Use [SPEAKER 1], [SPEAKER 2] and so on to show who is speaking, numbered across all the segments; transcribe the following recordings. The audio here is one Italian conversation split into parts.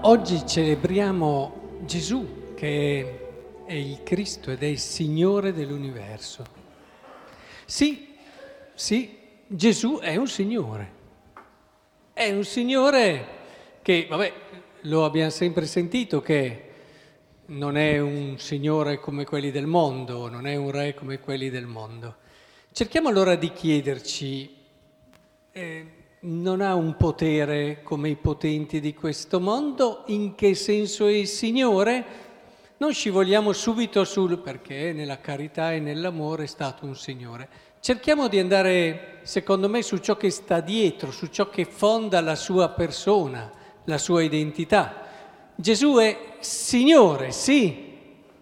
[SPEAKER 1] Oggi celebriamo Gesù, che è il Cristo ed è il Signore dell'universo. Sì, Gesù è un Signore. È un Signore che, lo abbiamo sempre sentito, che non è un Signore come quelli del mondo, non è un Re come quelli del mondo. Cerchiamo allora di chiederci, non ha un potere come i potenti di questo mondo? In che senso è il Signore? Non scivoliamo subito perché nella carità e nell'amore è stato un Signore. Cerchiamo di andare, secondo me, su ciò che sta dietro, su ciò che fonda la sua persona, la sua identità. Gesù è Signore, sì,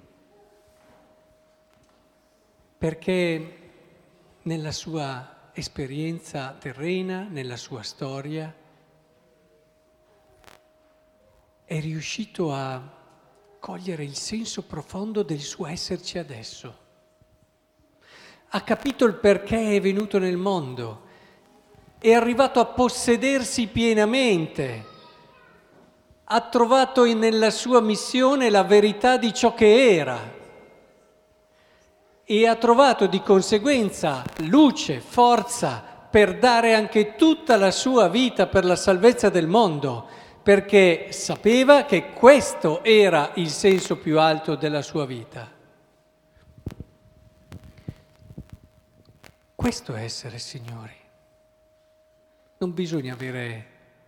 [SPEAKER 1] perché nella sua esperienza terrena, nella sua storia, è riuscito a cogliere il senso profondo del suo esserci adesso. Ha capito il perché è venuto nel mondo, è arrivato a possedersi pienamente, ha trovato nella sua missione la verità di ciò che era e ha trovato di conseguenza luce, forza per dare anche tutta la sua vita per la salvezza del mondo, perché sapeva che questo era il senso più alto della sua vita. Questo è essere signori. Non bisogna avere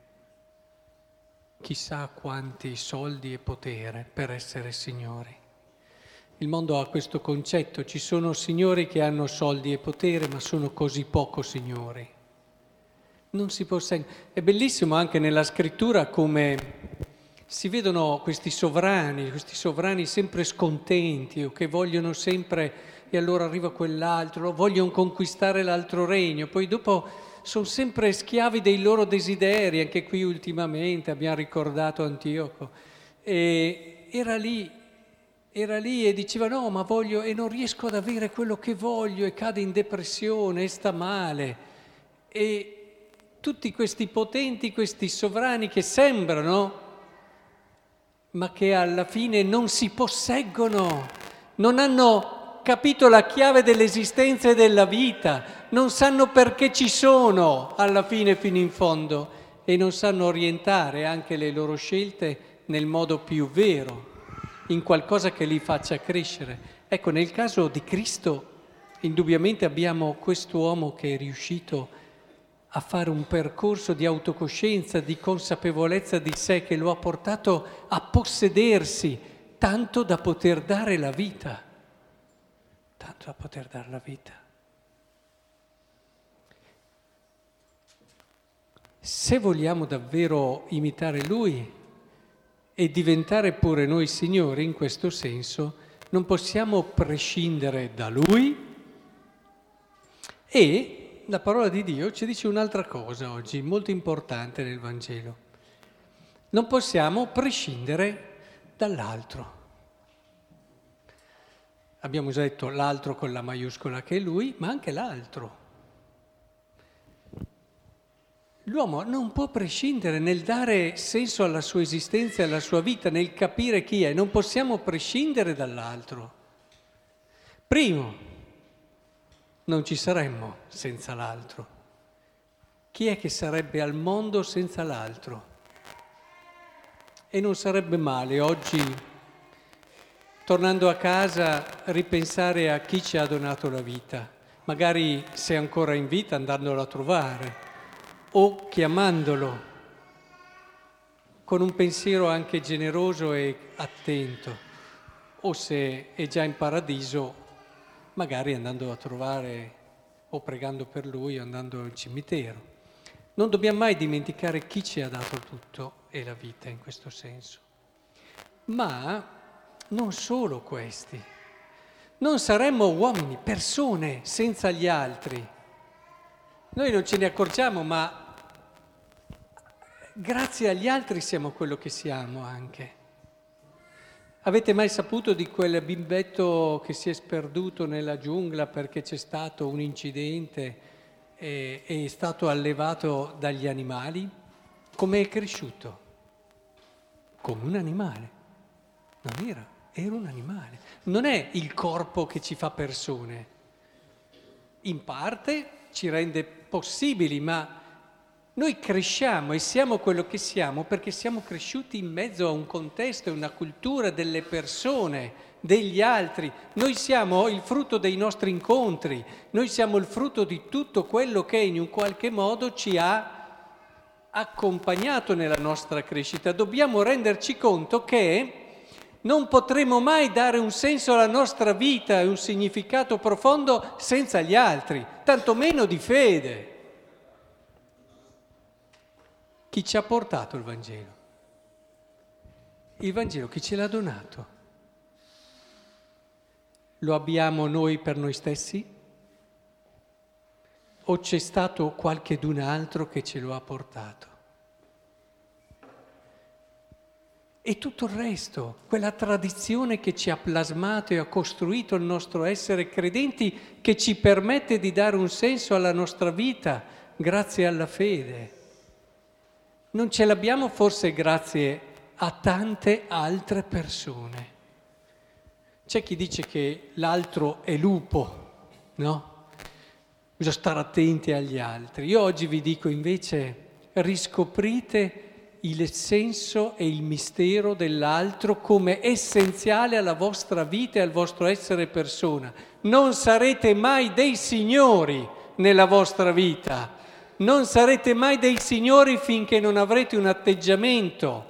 [SPEAKER 1] chissà quanti soldi e potere per essere signori. Il mondo ha questo concetto, ci sono signori che hanno soldi e potere, ma sono così poco signori. Non si posseggono. È bellissimo anche nella scrittura come si vedono questi sovrani sempre scontenti o che vogliono sempre, e allora arriva quell'altro, vogliono conquistare l'altro regno, poi dopo sono sempre schiavi dei loro desideri, anche qui ultimamente abbiamo ricordato Antioco, e era lì e diceva no, ma voglio e non riesco ad avere quello che voglio e cade in depressione e sta male. E tutti questi potenti, questi sovrani che sembrano, ma che alla fine non si posseggono, non hanno capito la chiave dell'esistenza e della vita, non sanno perché ci sono alla fine fino in fondo e non sanno orientare anche le loro scelte nel modo più vero, in qualcosa che li faccia crescere. Ecco, nel caso di Cristo, indubbiamente abbiamo quest'uomo che è riuscito a fare un percorso di autocoscienza, di consapevolezza di sé che lo ha portato a possedersi tanto da poter dare la vita, tanto da poter dare la vita. Se vogliamo davvero imitare Lui e diventare pure noi signori in questo senso, non possiamo prescindere da Lui e la parola di Dio ci dice un'altra cosa oggi, molto importante nel Vangelo. Non possiamo prescindere dall'altro. Abbiamo già detto l'altro con la maiuscola che è Lui, ma anche l'altro. L'uomo non può prescindere nel dare senso alla sua esistenza e alla sua vita, nel capire chi è. Non possiamo prescindere dall'altro. Primo, non ci saremmo senza l'altro. Chi è che sarebbe al mondo senza l'altro? E non sarebbe male oggi, tornando a casa, ripensare a chi ci ha donato la vita. Magari se è ancora in vita andandolo a trovare o chiamandolo con un pensiero anche generoso e attento. O se è già in paradiso, magari andando a trovare o pregando per lui o andando al cimitero. Non dobbiamo mai dimenticare chi ci ha dato tutto e la vita in questo senso. Ma non solo questi. Non saremmo uomini, persone senza gli altri. Noi non ce ne accorgiamo, ma grazie agli altri siamo quello che siamo anche. Avete mai saputo di quel bimbetto che si è sperduto nella giungla perché c'è stato un incidente e è stato allevato dagli animali? Come è cresciuto? come un animale. Non era un animale. Non è il corpo che ci fa persone. In parte ci rende possibili, ma noi cresciamo e siamo quello che siamo perché siamo cresciuti in mezzo a un contesto e una cultura delle persone, degli altri. Noi siamo il frutto dei nostri incontri, noi siamo il frutto di tutto quello che in un qualche modo ci ha accompagnato nella nostra crescita. Dobbiamo renderci conto che non potremo mai dare un senso alla nostra vita e un significato profondo senza gli altri, tantomeno di fede. Chi ci ha portato il Vangelo? Il Vangelo chi ce l'ha donato? Lo abbiamo noi per noi stessi? O c'è stato qualchedun altro che ce lo ha portato? E tutto il resto, quella tradizione che ci ha plasmato e ha costruito il nostro essere credenti, che ci permette di dare un senso alla nostra vita grazie alla fede. Non ce l'abbiamo forse grazie a tante altre persone. C'è chi dice che l'altro è lupo, no? Bisogna stare attenti agli altri. Io oggi vi dico invece, riscoprite il senso e il mistero dell'altro come essenziale alla vostra vita e al vostro essere persona. Non sarete mai dei signori nella vostra vita. Non sarete mai dei signori finché non avrete un atteggiamento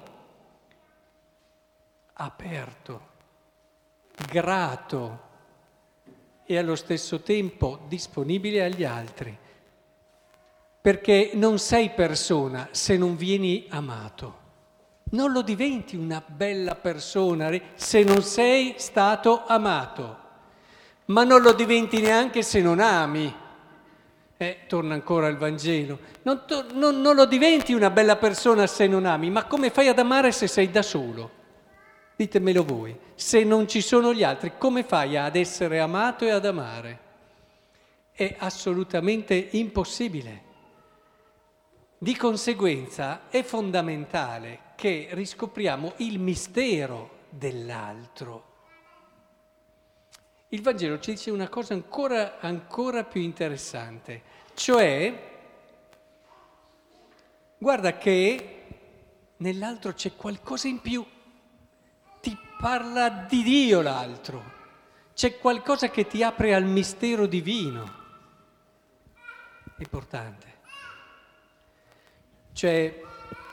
[SPEAKER 1] aperto, grato e allo stesso tempo disponibile agli altri. Perché non sei persona se non vieni amato. Non lo diventi una bella persona se non sei stato amato. Ma non lo diventi neanche se non ami. Torna ancora il Vangelo. Non lo diventi una bella persona se non ami, ma come fai ad amare se sei da solo? Ditemelo voi. Se non ci sono gli altri, come fai ad essere amato e ad amare? È assolutamente impossibile. Di conseguenza è fondamentale che riscopriamo il mistero dell'altro. Il Vangelo ci dice una cosa ancora più interessante, cioè guarda che nell'altro c'è qualcosa in più, ti parla di Dio l'altro, c'è qualcosa che ti apre al mistero divino, è importante. Cioè,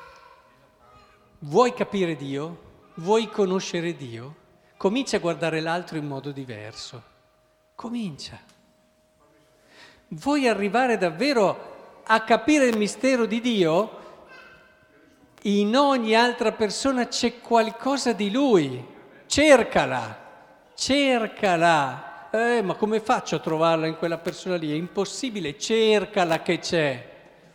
[SPEAKER 1] vuoi capire Dio? Vuoi conoscere Dio? Comincia a guardare l'altro in modo diverso. Comincia. Vuoi arrivare davvero a capire il mistero di Dio? In ogni altra persona c'è qualcosa di Lui. Cercala. Ma come faccio a trovarla in quella persona lì? È impossibile, cercala che c'è.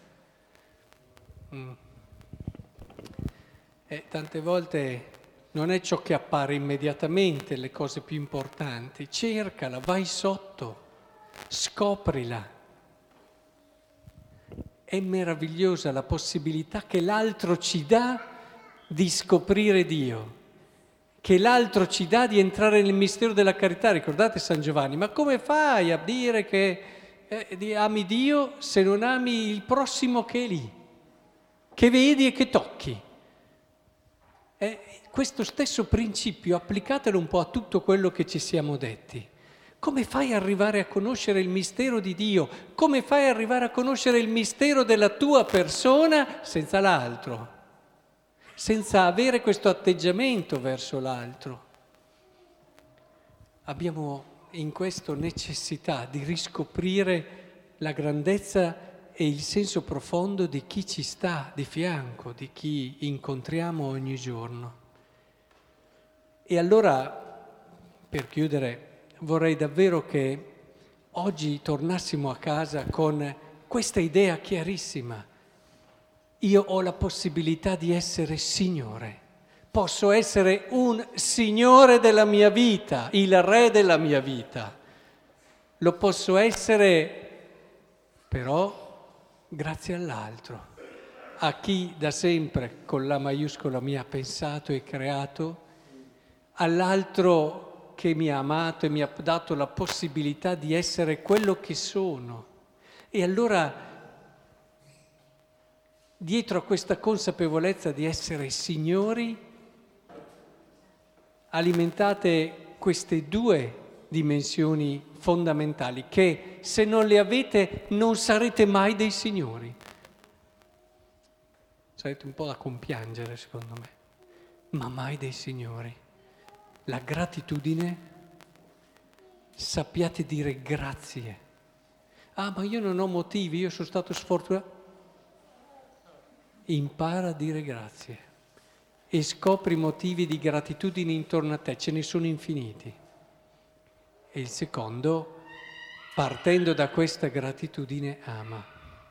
[SPEAKER 1] Tante volte non è ciò che appare immediatamente le cose più importanti, cercala, vai sotto, scoprila. È meravigliosa la possibilità che l'altro ci dà di scoprire Dio, che l'altro ci dà di entrare nel mistero della carità. Ricordate San Giovanni, ma come fai a dire che ami Dio se non ami il prossimo che è lì, che vedi e che tocchi? Questo stesso principio applicatelo un po' a tutto quello che ci siamo detti. Come fai ad arrivare a conoscere il mistero di Dio? Come fai ad arrivare a conoscere il mistero della tua persona senza l'altro? Senza avere questo atteggiamento verso l'altro. Abbiamo in questo necessità di riscoprire la grandezza e il senso profondo di chi ci sta di fianco, di chi incontriamo ogni giorno. E allora, per chiudere, vorrei davvero che oggi tornassimo a casa con questa idea chiarissima. Io ho la possibilità di essere Signore. Posso essere un Signore della mia vita, il Re della mia vita. Lo posso essere, però, grazie all'altro, a chi da sempre con la maiuscola mi ha pensato e creato, all'altro che mi ha amato e mi ha dato la possibilità di essere quello che sono. E allora, dietro a questa consapevolezza di essere signori, alimentate queste due dimensioni fondamentali che se non le avete non sarete mai dei signori. Sarete un po' da compiangere, secondo me, ma mai dei signori. La gratitudine, sappiate dire grazie. Ah, ma io non ho motivi, io sono stato sfortunato. Impara a dire grazie e scopri motivi di gratitudine intorno a te, ce ne sono infiniti. E il secondo, partendo da questa gratitudine, ama.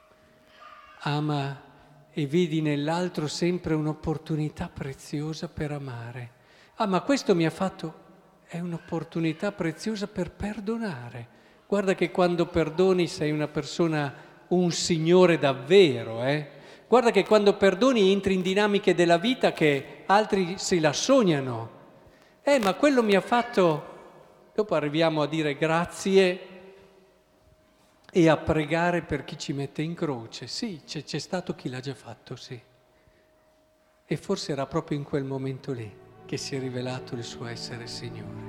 [SPEAKER 1] Ama e vedi nell'altro sempre un'opportunità preziosa per amare. Ah, ma questo mi ha fatto, è un'opportunità preziosa per perdonare. Guarda che quando perdoni sei una persona, un signore davvero, Guarda che quando perdoni entri in dinamiche della vita che altri se la sognano. Ma quello mi ha fatto... Dopo arriviamo a dire grazie e a pregare per chi ci mette in croce. Sì, c'è stato chi l'ha già fatto, sì. E forse era proprio in quel momento lì che si è rivelato il suo essere Signore.